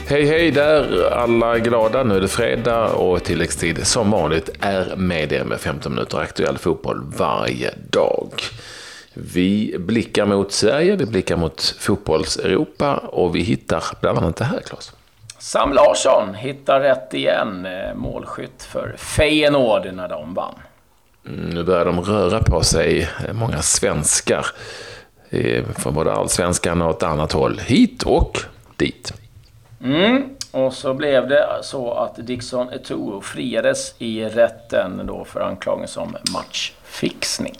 Hej hej där alla glada, nu är det fredag och tilläggstid som vanligt är med er med 15 minuter aktuell fotboll varje dag. Vi blickar mot Sverige, vi blickar mot fotbolls-Europa och vi hittar bland annat det här, Claes. Sam Larsson hittar rätt igen, målskytt för Feyenoord när de vann. Nu börjar de röra på sig, många svenskar från både allsvenskan och ett annat håll, hit och dit. Och så blev det så att Dixon Etuo friades i rätten då för anklagelse om matchfixning.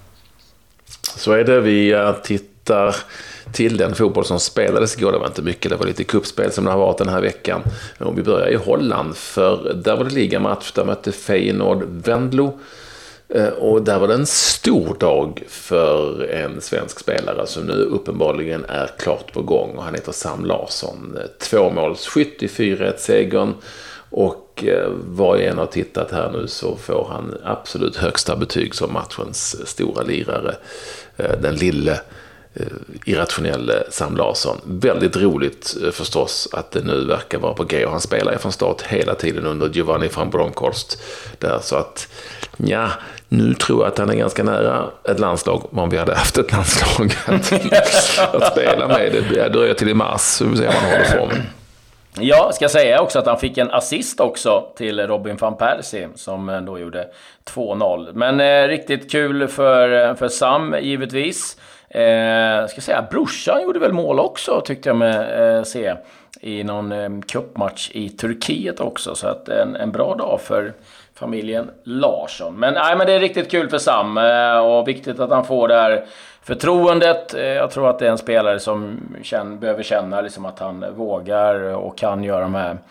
Så är det, vi tittar till den fotboll som spelades igår. Det var inte mycket, det var lite kuppspel som det har varit den här veckan. Och vi börjar i Holland, för där var det ligamatch, där mötte Feyenoord Venlo. Och där var det en stor dag för en svensk spelare som nu uppenbarligen är klart på gång. Och han heter Sam Larsson, 2-målsskytt i 4-1-segern. Och vad en har tittat här nu så får han absolut högsta betyg som matchens stora lirare. Den lille irrationelle Sam Larsson. Väldigt roligt förstås att det nu verkar vara på G, och han spelar från start hela tiden under Giovanni van Bronckhorst där, så att ja, nu tror jag att han är ganska nära ett landslag, om vi hade haft ett landslag att spela med. Det dröjer till i mars, så vi ser vad han håller formen. Jag ska säga också att han fick en assist också till Robin van Persie som då gjorde 2-0. Men riktigt kul för Sam givetvis. Ska säga, brorsan gjorde väl mål också, tyckte jag med se i någon cupmatch i Turkiet också, så att en bra dag för familjen Larsson. Men det är riktigt kul för Sam och viktigt att han får det här förtroendet. Jag tror att det är en spelare som behöver känna liksom att han vågar och kan göra de här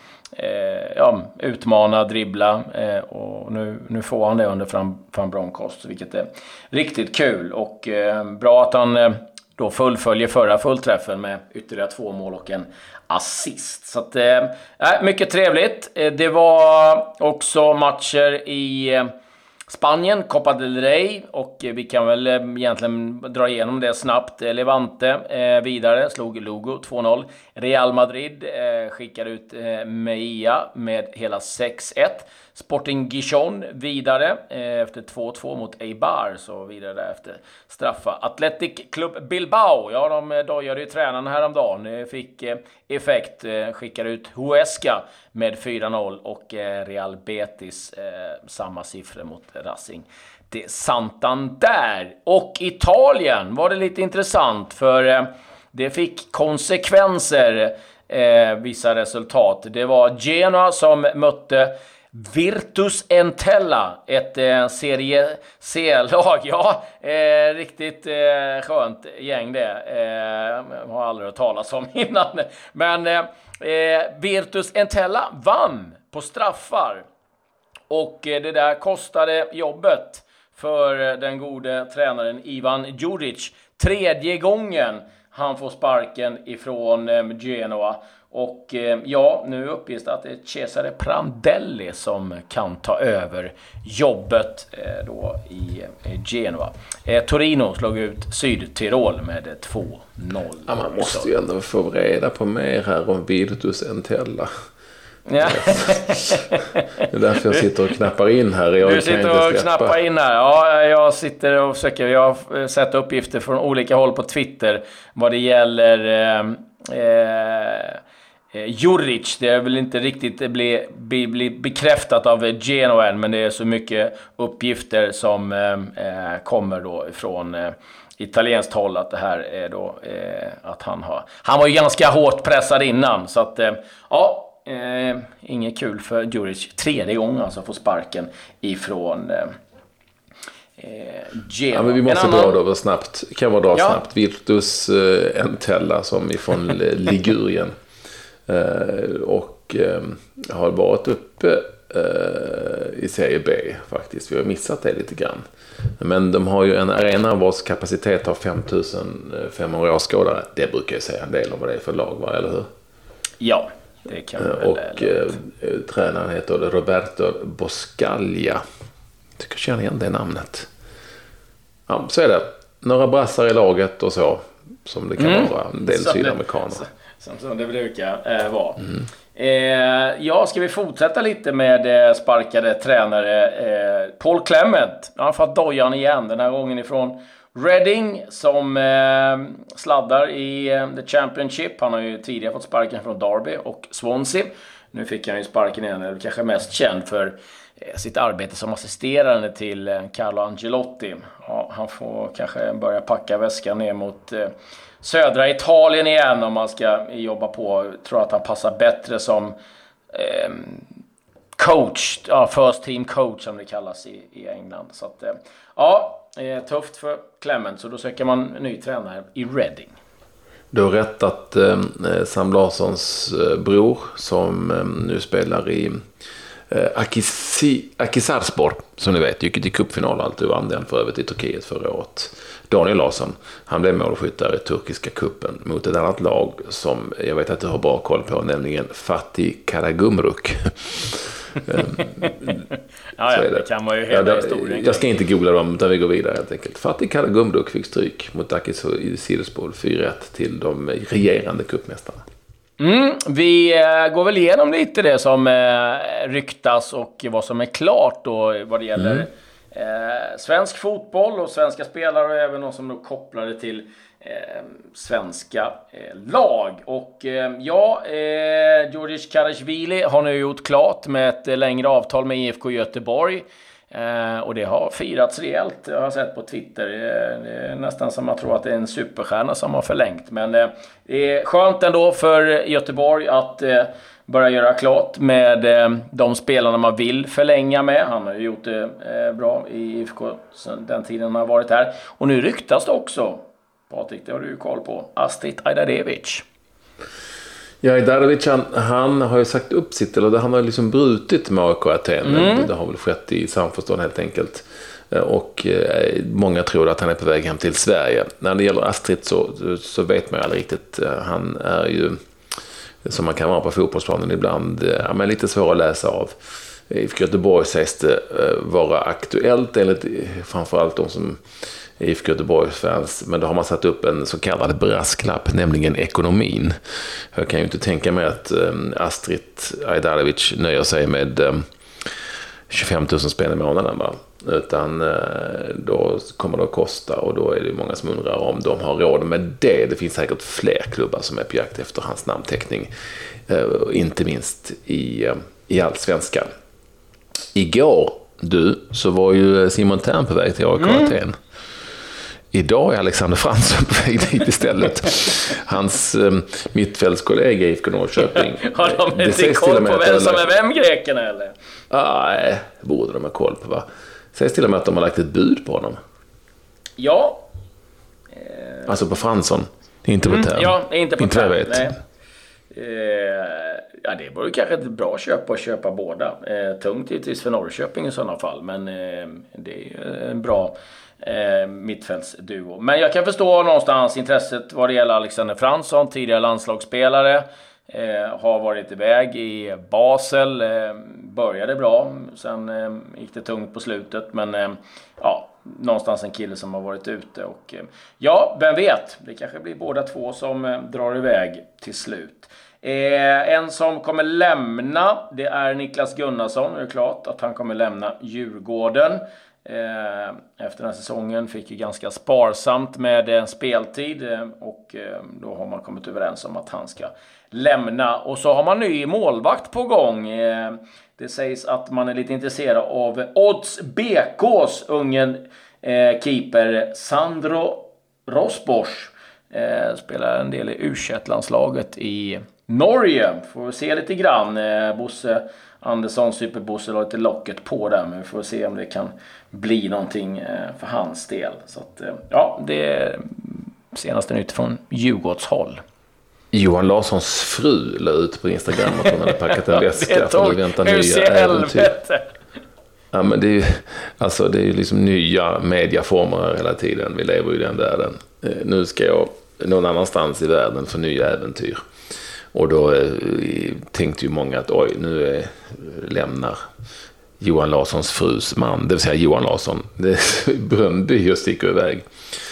utmana, dribbla, och nu får han det under van Bronckhorst, vilket är riktigt kul, och bra att han då fullföljer förra fullträffen med ytterligare 2 mål och en assist. Så att, mycket trevligt. Det var också matcher i Spanien, Copa del Rey, och vi kan väl egentligen dra igenom det snabbt. Levante vidare, slog Lugo 2-0. Real Madrid skickade ut Meia med hela 6-1. Sporting Gijon vidare efter 2-2 mot Eibar, så vidare efter straffa. Athletic Club Bilbao, ja, de dojade ju tränarna häromdagen, fick effekt, skickade ut Huesca med 4-0, och Real Betis samma siffror mot Racing de Santander. Och Italien var det lite intressant, för det fick konsekvenser, vissa resultat. Det var Genoa som mötte Virtus Entella, ett serie C-lag. Ja, riktigt skönt gäng det. Har aldrig hört talas om innan. Men Virtus Entella vann på straffar. Och det där kostade jobbet för den gode tränaren Ivan Juric. 3:e gången han får sparken ifrån Genoa. Och nu uppges det att det är Cesare Prandelli som kan ta över jobbet då i Genoa. Torino slog ut Sydtirol med 2-0. Ja, man måste ju ändå få reda på mer här om Virtus Entella. Ja. Det är därför jag sitter och knappar in här. Du sitter och knappar in här. Ja, jag sitter och försöker. Jag har sett uppgifter från olika håll på Twitter vad det gäller Juric. Det är väl inte riktigt bli bekräftat av Genoa än, men det är så mycket uppgifter som kommer då från italienskt håll att det här är då att han var ju ganska hårt pressad innan, så att inget kul för Juric. 3:e gången alltså får sparken ifrån Genoa. Ja, men vi måste dra det snabbt. Kan vara snabbt. Virtus Entella som ifrån Ligurien. Och har varit uppe i Serie B faktiskt. Vi har missat det lite grann. Men de har ju en arena vars kapacitet har 5500 åskådare. Det brukar jag säga en del om vad det är för lag, va, eller hur? Ja, det kan väl. Och tränaren heter Roberto Boscaglia. Jag tycker jag känner igen det namnet. Ja, så är det. Några brassar i laget och så, som det kan vara. En del sydamerikaner. som det brukar vara. Ja, ska vi fortsätta lite med sparkade tränare. Paul Clement, han har fått dojan igen, den här gången ifrån Reading som sladdar i The Championship. Han har ju tidigare fått sparken från Derby och Swansea. Nu fick han ju sparken igen, eller kanske mest känd för sitt arbete som assisterande till Carlo Ancelotti. Ja, han får kanske börja packa väskan ner mot södra Italien igen om man ska jobba på. Jag tror att han passar bättre som coach, first team coach som det kallas i England. Så att, tufft för Clement, så då söker man ny tränare i Reading. Du har rätt att Sam Larssons bror som nu spelar i Akhisarspor, som ni vet, gick till cupfinal och alltid vann den för övrigt i Turkiet förra året. Daniel Larsson, han blev målskyttare i turkiska kuppen mot ett annat lag som jag vet att du har bra koll på, nämligen Fatih Karagümrük. Det kan man ju hela historien. Jag ska inte googla dem utan vi går vidare helt enkelt. Fatih Karagümrük fick stryk mot Akhisarspor 4-1 till de regerande cupmästarna. Vi går väl igenom lite det som ryktas och vad som är klart då vad det gäller svensk fotboll och svenska spelare och även någon som då kopplar det till svenska lag. Och Georgios Karashvili har nu gjort klart med ett längre avtal med IFK Göteborg. Och det har firats rejält, jag har sett på Twitter. Det är nästan som man tror att det är en superstjärna som har förlängt. Men det är skönt ändå för Göteborg att börja göra klart med de spelarna man vill förlänga med. Han har ju gjort det bra i IFK den tiden han har varit här. Och nu ryktas det också, Patrik, det har du ju koll på, Astrit Ajdarevic. Ja, Ajdarevic, han har ju sagt upp sitt, eller han har liksom brutit med AIK Aten. Det har väl skett i samförstånd helt enkelt. Och många tror att han är på väg hem till Sverige. När det gäller Astrid så vet man ju aldrig riktigt. Han är ju, som man kan vara på fotbollsplanen ibland, men lite svår att läsa av. I Göteborg sägs det vara aktuellt, enligt framförallt de som IFK Göteborgs-fans, men då har man satt upp en så kallad brasklapp, nämligen ekonomin. Jag kan ju inte tänka mig att Astrit Ajdarevic nöjer sig med 25 000 spänn i månaden, va? Utan då kommer det att kosta, och då är det många som undrar om de har råd med det. Det finns säkert fler klubbar som är på jakt efter hans namnteckning, inte minst i Allsvenskan. Igår så var ju Simon Thern på väg till AIK Aten. Idag är Alexander Fransson på väg dit istället. Hans mittfältskollega IFK Norrköping. Har de inte koll på vem som är vem, grekerna, eller? Nej, borde de ha koll på, va? Sägs till och med att de har lagt ett bud på honom. Ja. Alltså på Fransson, inte på Thern. Ja, inte på Thern. Nej. Det vore kanske ett bra köp att köpa båda. Tungt givetvis för Norrköping i sådana fall, men det är ju en bra mittfältsduo. Men jag kan förstå någonstans intresset vad det gäller Alexander Fransson, tidigare landslagsspelare, har varit iväg i Basel, började bra, sen gick det tungt på slutet, men någonstans en kille som har varit ute, och vem vet, det kanske blir båda två som drar iväg till slut. En som kommer lämna, det är Niklas Gunnarsson. Det är klart att han kommer lämna Djurgården. Efter den här säsongen fick ju ganska sparsamt med speltid, och då har man kommit överens om att han ska lämna. Och så har man ny målvakt på gång. Det sägs att man är lite intresserad av Odds BKs ungen keeper Sandro Rosbosch. Spelar en del i U21-landslaget i Norge. Får vi se lite grann. Bosse Andersson, Superbosse, har lite locket på där, men vi får se om det kan bli någonting för hans del. Så att, det är senaste nytt från Djurgårdshåll. Johan Larssons fru la ut på Instagram att hon hade packat en väska för att vänta nya äventyr. Ja, men det är ju liksom nya mediaformer hela tiden. Vi lever i den världen. Nu ska jag någon annanstans i världen för nya äventyr. Och då tänkte ju många att nu lämnar Johan Larssons frus man, det vill säga Johan Larsson, Bröndby, just gick iväg.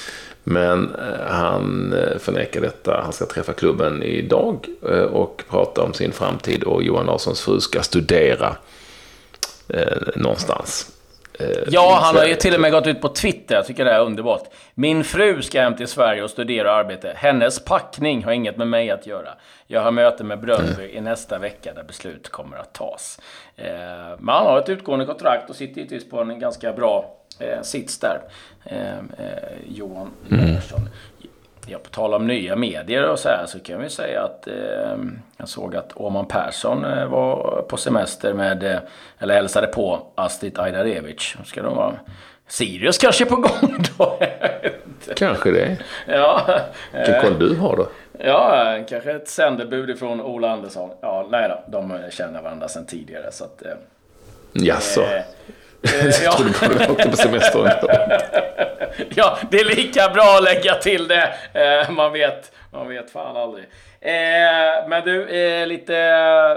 Men han förnekar detta. Han ska träffa klubben idag och prata om sin framtid, och Johan Larssons fru ska studera någonstans. Ja, han har ju till och med gått ut på Twitter. Jag tycker det är underbart. Min fru ska hem till Sverige och studera och arbeta. Hennes packning har inget med mig att göra. Jag har möte med Bröndby i nästa vecka där beslut kommer att tas. Men han har ett utgående kontrakt och sitter givetvis på en ganska bra sits där. Johan Larsson. Ja, på tal om nya medier och så kan vi säga att jag såg att Åman Persson var på semester med, eller hälsade på Astrid Ajdarevic. Ska de vara Sirius kanske på gång då? Kanske det. Ja. Vilken koll du har då? Ja, kanske ett sändebud från Ola Andersson. Ja, nej då, de känner varandra sedan tidigare. Så att, Jaså? Jag trodde bara du åkte på semester. Ja, det är lika bra att lägga till det. Man vet fan aldrig. Men du, lite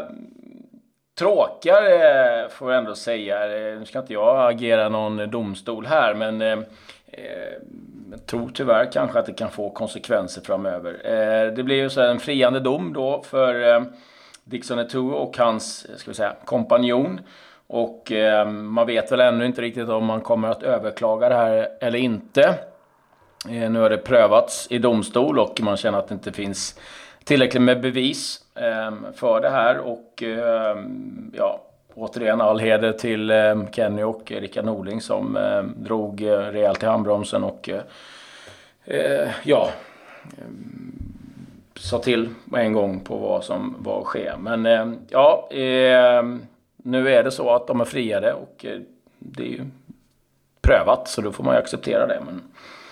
tråkigare får jag ändå säga. Nu ska inte jag agera någon domstol här, men jag tror tyvärr kanske att det kan få konsekvenser framöver. Det blir ju så en friande dom då för Dixon Etuo och hans, ska vi säga, kompanjon. Och man vet väl ännu inte riktigt om man kommer att överklaga det här eller inte. Nu har det prövats i domstol och man känner att det inte finns tillräckligt med bevis för det här. Och ja, återigen all heder till Kenny och Rickard Norling som drog rejält i handbromsen och sa till en gång på vad som var att ske. Men nu är det så att de är friade och det är ju prövat, så då får man ju acceptera det. Men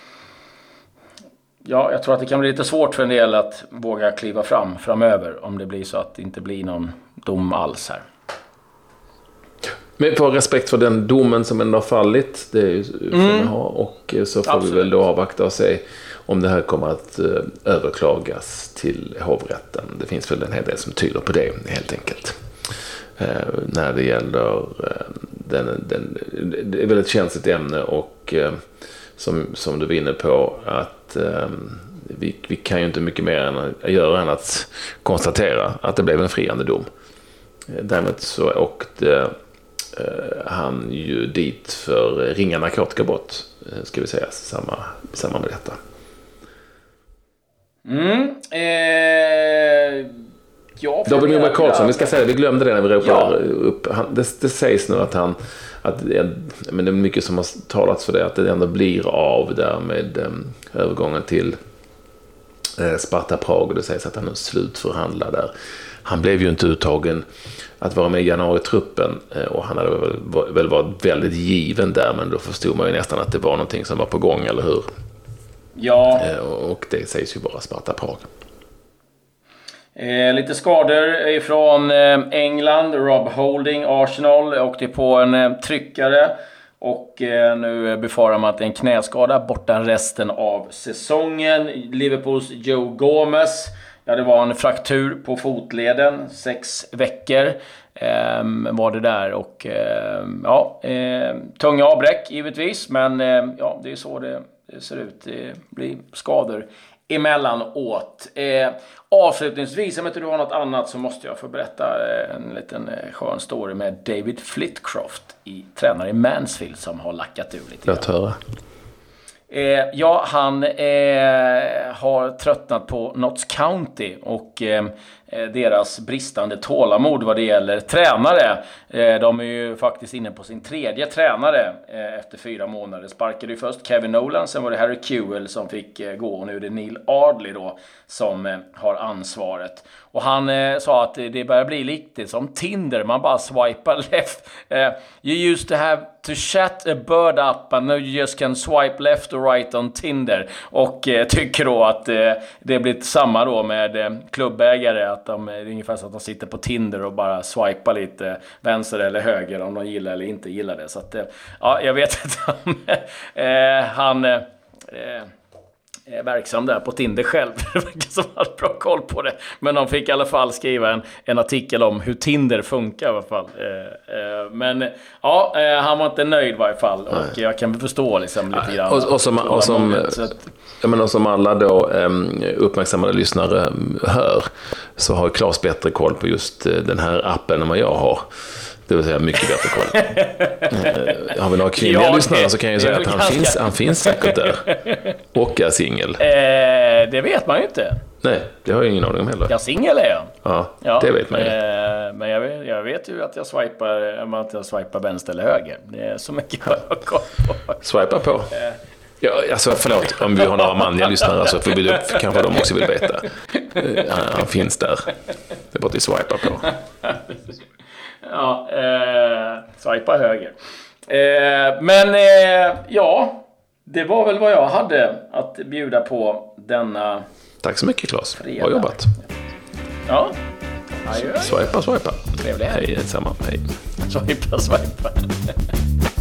ja, jag tror att det kan bli lite svårt för en del att våga kliva framöver om det blir så att det inte blir någon dom alls här. Men på respekt för den domen som ändå har fallit, det är ju får man ha, och så får vi väl då avvakta och se om det här kommer att överklagas till hovrätten. Det finns väl en hel del som tyder på det, helt enkelt. När det gäller det är väl ett känsligt ämne, och som du var inne på, att vi kan ju inte mycket mer än att konstatera att det blev en friande dom. Därmed så åkte han ju dit för ringa narkotikabrott, ska vi säga, samma med detta. David Moberg Karlsson, vi ska säga, vi glömde det när vi ropade upp. Det sägs nu men det är mycket som har talats för det, att det ändå blir av där med övergången till Sparta Prag, och det sägs att han är slutförhandlar där. Han blev ju inte uttagen att vara med i januari-truppen, och han hade väl varit väldigt given där, men då förstod man ju nästan att det var någonting som var på gång, eller hur? Ja. Och det sägs ju bara Sparta Prag. Lite skador ifrån England. Rob Holding, Arsenal, åkte på en tryckare och nu befarar man att det är en knäskada borta resten av säsongen. Liverpools Joe Gomez, det var en fraktur på fotleden, 6 veckor var det där, och tunga avbräck givetvis, men det är så det ser ut. Det blir skador emellanåt. Avslutningsvis, om inte du har något annat, så måste jag få berätta en liten skön story med David Flitcroft, tränare i Mansfield, som har lackat ur lite. Jag höra. Han har tröttnat på Notts County och deras bristande tålamod vad det gäller tränare. De är ju faktiskt inne på sin 3:e tränare efter 4 månader. Sparkade ju först Kevin Nolan, sen var det Harry Kewell som fick gå, och nu är det Neil Ardley då som har ansvaret. Och han sa att det börjar bli lite som Tinder, man bara swipar left. You used to have to chat a bird up, and now you just can swipe left or right on Tinder. Och tycker då att det blir samma då med klubbägare, att det är ungefär så att de sitter på Tinder och bara swipar lite vänster eller höger om de gillar eller inte gillar det. Så att jag vet inte om han verksam där på Tinder själv. Det verkar som att ha bra koll på det. Men de fick i alla fall skriva en artikel om hur Tinder funkar i alla fall. Men ja, han var inte nöjd i varje fall. Och jag kan förstå liksom lite grann. Och som alla då uppmärksammade lyssnare hör, så har Claes bättre koll på just den här appen än vad jag har. Det vill säga mycket bättre koll. Har vi några kvinnliga lyssnare så kan jag ju säga att han finns säkert där. Och är singel. Det vet man ju inte. Nej, det har jag ingen aning om heller. Jag singel är jag. Ja, det vet man ju. Men jag vet ju att jag swipar vänster eller höger. Det är så mycket jag har koll på. Swipa på. Ja, alltså förlåt, om vi har några manliga lyssnare så får vi upp, kanske de också vill veta. Han finns där. Det är bara att swipa på. Ja, swipa höger. Men ja, det var väl vad jag hade att bjuda på denna. Tack så mycket, Claes. Bra jobbat. Ja. Swipa. Trevlig helg. Hej, detsamma. Hej. Swipa.